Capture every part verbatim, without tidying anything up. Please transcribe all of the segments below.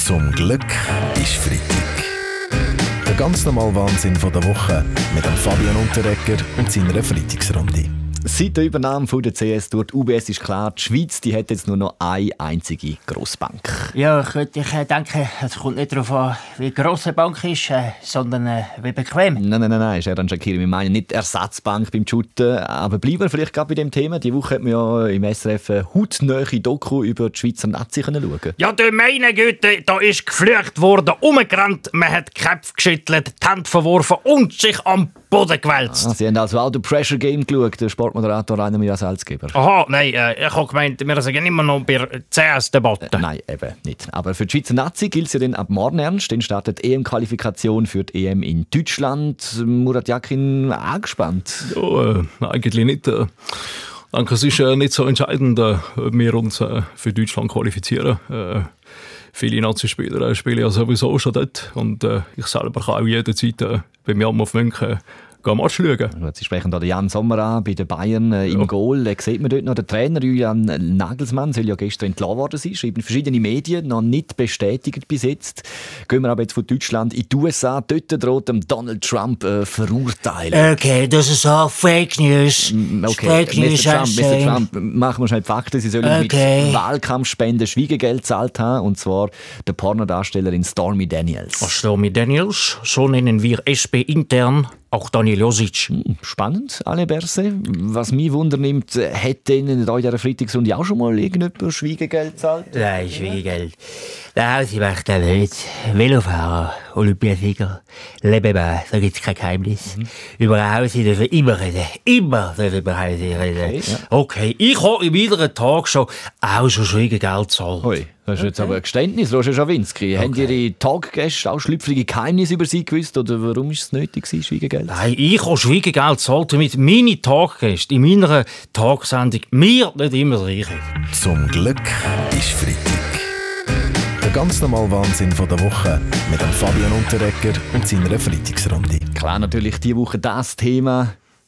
Zum Glück ist Freitag. Der ganz normale Wahnsinn von der Woche mit dem Fabian Unterreger und seiner Freitagsrunde. Seit der Übernahme von der C S durch die U B S ist klar, die Schweiz die hat jetzt nur noch eine einzige Grossbank. Ja, ich, ich denke, es kommt nicht darauf an, wie gross eine Bank ist, äh, sondern äh, wie bequem. Nein, nein, nein, nein, Sheran Shakiri, wir meinen nicht Ersatzbank beim Shooten. Aber bleiben wir vielleicht gerade bei dem Thema. Die Woche hat man ja im S R F eine hautnahe Doku über die Schweizer Nazi schauen. Ja, du meine Güte, da ist geflucht worden, umgerannt, man hat die Köpfe geschüttelt, die Hände verworfen und sich am Boden gewälzt. Ah, Sie haben also auch das Pressure Game geschaut, der Sportmoderator Rainer Maria Salzgeber. Aha, nein, äh, ich habe gemeint, wir sind immer noch bei der C S-Debatte. Äh, nein, eben nicht. Aber für die Schweizer Nazi gilt es ja dann ab morgen ernst. Dann startet die E M-Qualifikation für die E M in Deutschland. Murat Yakin, angespannt? Ja, äh, eigentlich nicht. Äh, ich denke, es ist äh, nicht so entscheidend, äh, ob wir uns äh, für Deutschland qualifizieren. Äh, viele Nazi-Spieler äh, spielen ja sowieso schon dort. Und äh, ich selber kann auch jederzeit äh, bei mir auf München gehen Match schauen. Sie sprechen da Jan Sommer an bei den Bayern äh, im ja. Goal. Da sieht man dort noch den Trainer Julian Nagelsmann, soll ja gestern entlassen worden sein, schreiben verschiedene Medien, noch nicht bestätigt bis jetzt. Gehen wir aber jetzt von Deutschland in die U S A. Dort droht dem Donald Trump äh, verurteilen. Okay, das ist auch Fake News. Okay, Fake News, Mister Trump, Mister Trump, machen wir schnell die Fakten. Sie sollen okay. mit Wahlkampfspenden Schwiegegeld gezahlt haben, und zwar der Pornodarstellerin Stormy Daniels. Oh, Stormy Daniels, so nennen wir S P intern auch Daniel Josic. Spannend, alle Berse. Was mich wundernimmt, hat Ihnen in dieser Freitagsrunde auch schon mal irgendjemand Schwiegegeld gezahlt? Nein, Schwiegegeld. Nein, sie macht das nicht. Velofahrer, Olympiasieger, Lebebä, da gibt es kein Geheimnis. Mhm. Über Hause dürfen immer reden. Immer dürfen über Hause reden. Okay, ja. Okay, ich habe in meiner Tag schon auch schon Schwiegegeld gezahlt. Ui, das ist okay. Jetzt aber ein Geständnis, Roger Schawinski. Okay. Haben Ihre Taggäste auch schlüpfrige Geheimnisse über Sie gewusst? Oder warum war es nötig, Schwiegegeld? Nein, ich habe Schwiegegeld gezahlt, damit meine Taggäste in meiner Tagsendung mir nicht immer das Reiche. Zum Glück ist Freitag. Der ganz normale Wahnsinn von der Woche mit dem Fabian Unterreger und seiner Freitagsrunde. Klar, natürlich diese Woche das Thema,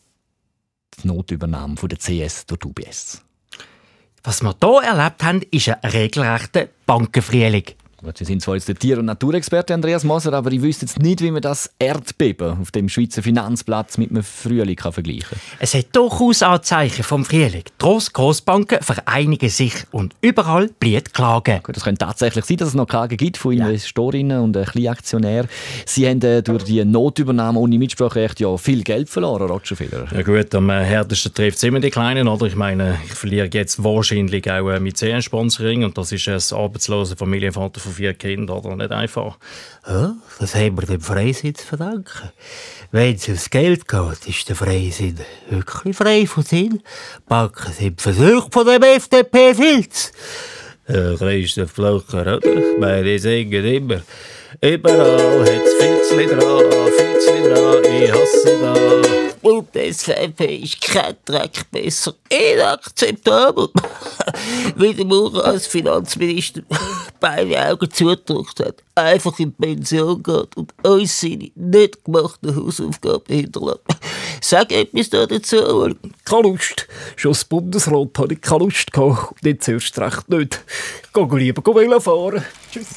die Notübernahme von der C S durch die U B S. Was wir hier erlebt haben, ist ein regelrechter Bankenfrühling. Sie sind zwar jetzt der Tier- und Naturexperte Andreas Moser, aber ich wüsste jetzt nicht, wie man das Erdbeben auf dem Schweizer Finanzplatz mit einem Frühling kann vergleichen kann. Es hat durchaus Anzeichen vom Frühling. Die Grossbanken vereinigen sich und überall bleibt Klagen. Gut, es könnte tatsächlich sein, dass es noch Klagen gibt von Investorinnen und Kleinaktionären. Sie haben äh, durch die Notübernahme ohne Mitspracherecht ja viel Geld verloren, Roger Federer. Ja gut, am härtesten trifft es immer die Kleinen, oder? Ich meine, ich verliere jetzt wahrscheinlich auch äh, mit C N-Sponsoring und das ist ein arbeitsloser Familienvater von vier Kindern, oder? Nicht einfach. Ja, das haben wir dem Freisinn zu verdanken. Wenn es ums Geld geht, ist der Freisinn wirklich frei von Sinn. Banken sind versucht von dem F D P-Filz. Der grösste Flocker, oder? Ich meine, die singen immer. Überall hat es Filzli dran, Filzli dran, ich hasse da. Und die S V P ist kein Dreck besser. Inakzeptabel. Wie der Maurer als Finanzminister beide Augen zugedrückt hat, einfach in Pension geht und uns seine nicht gemachten Hausaufgaben hinterlässt. Sag etwas da dazu. Keine Lust. Schon das Bundesrat hatte ich keine Lust gehabt. Und jetzt erst recht nicht. Ich gehe lieber Velo fahren. Tschüss.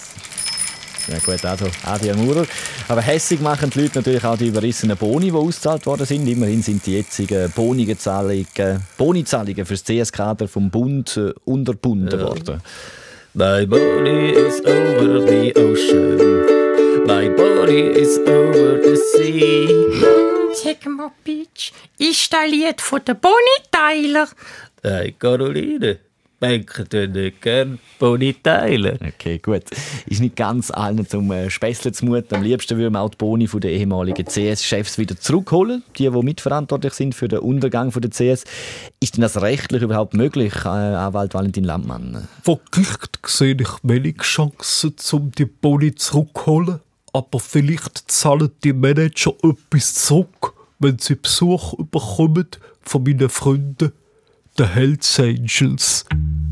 Ja gut, also Adi Maurer. Aber hässig machen die Leute natürlich auch die überrissenen Boni, die ausgezahlt worden sind. Immerhin sind die jetzigen Bonizahlungen, Bonizahlungen für das C S-Kader vom Bund äh, unterbunden ja. worden. My body is over the ocean. My body is over the sea. Sag mal, Bitch, ist das Lied von den Boni-Teiler? Hey, Caroline. Banken tun nicht gerne Boni teilen. Okay, gut. Ist nicht ganz allen zum äh, Späßle zumuten. Am liebsten würden wir auch die Boni von den ehemaligen C S-Chefs wieder zurückholen. Die, die mitverantwortlich sind für den Untergang von der C S. Ist denn das rechtlich überhaupt möglich, äh, Anwalt Valentin Landmann? Vor Gericht sehe ich wenig Chancen, um die Boni zurückzuholen. Aber vielleicht zahlen die Manager etwas zurück, wenn sie Besuch bekommen von meinen Freunden, den Hells Angels.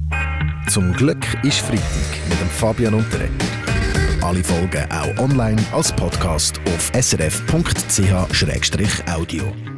Zum Glück ist Freitag mit dem Fabian Unterreger. Alle Folgen auch online als Podcast auf s r f punkt c h slash audio.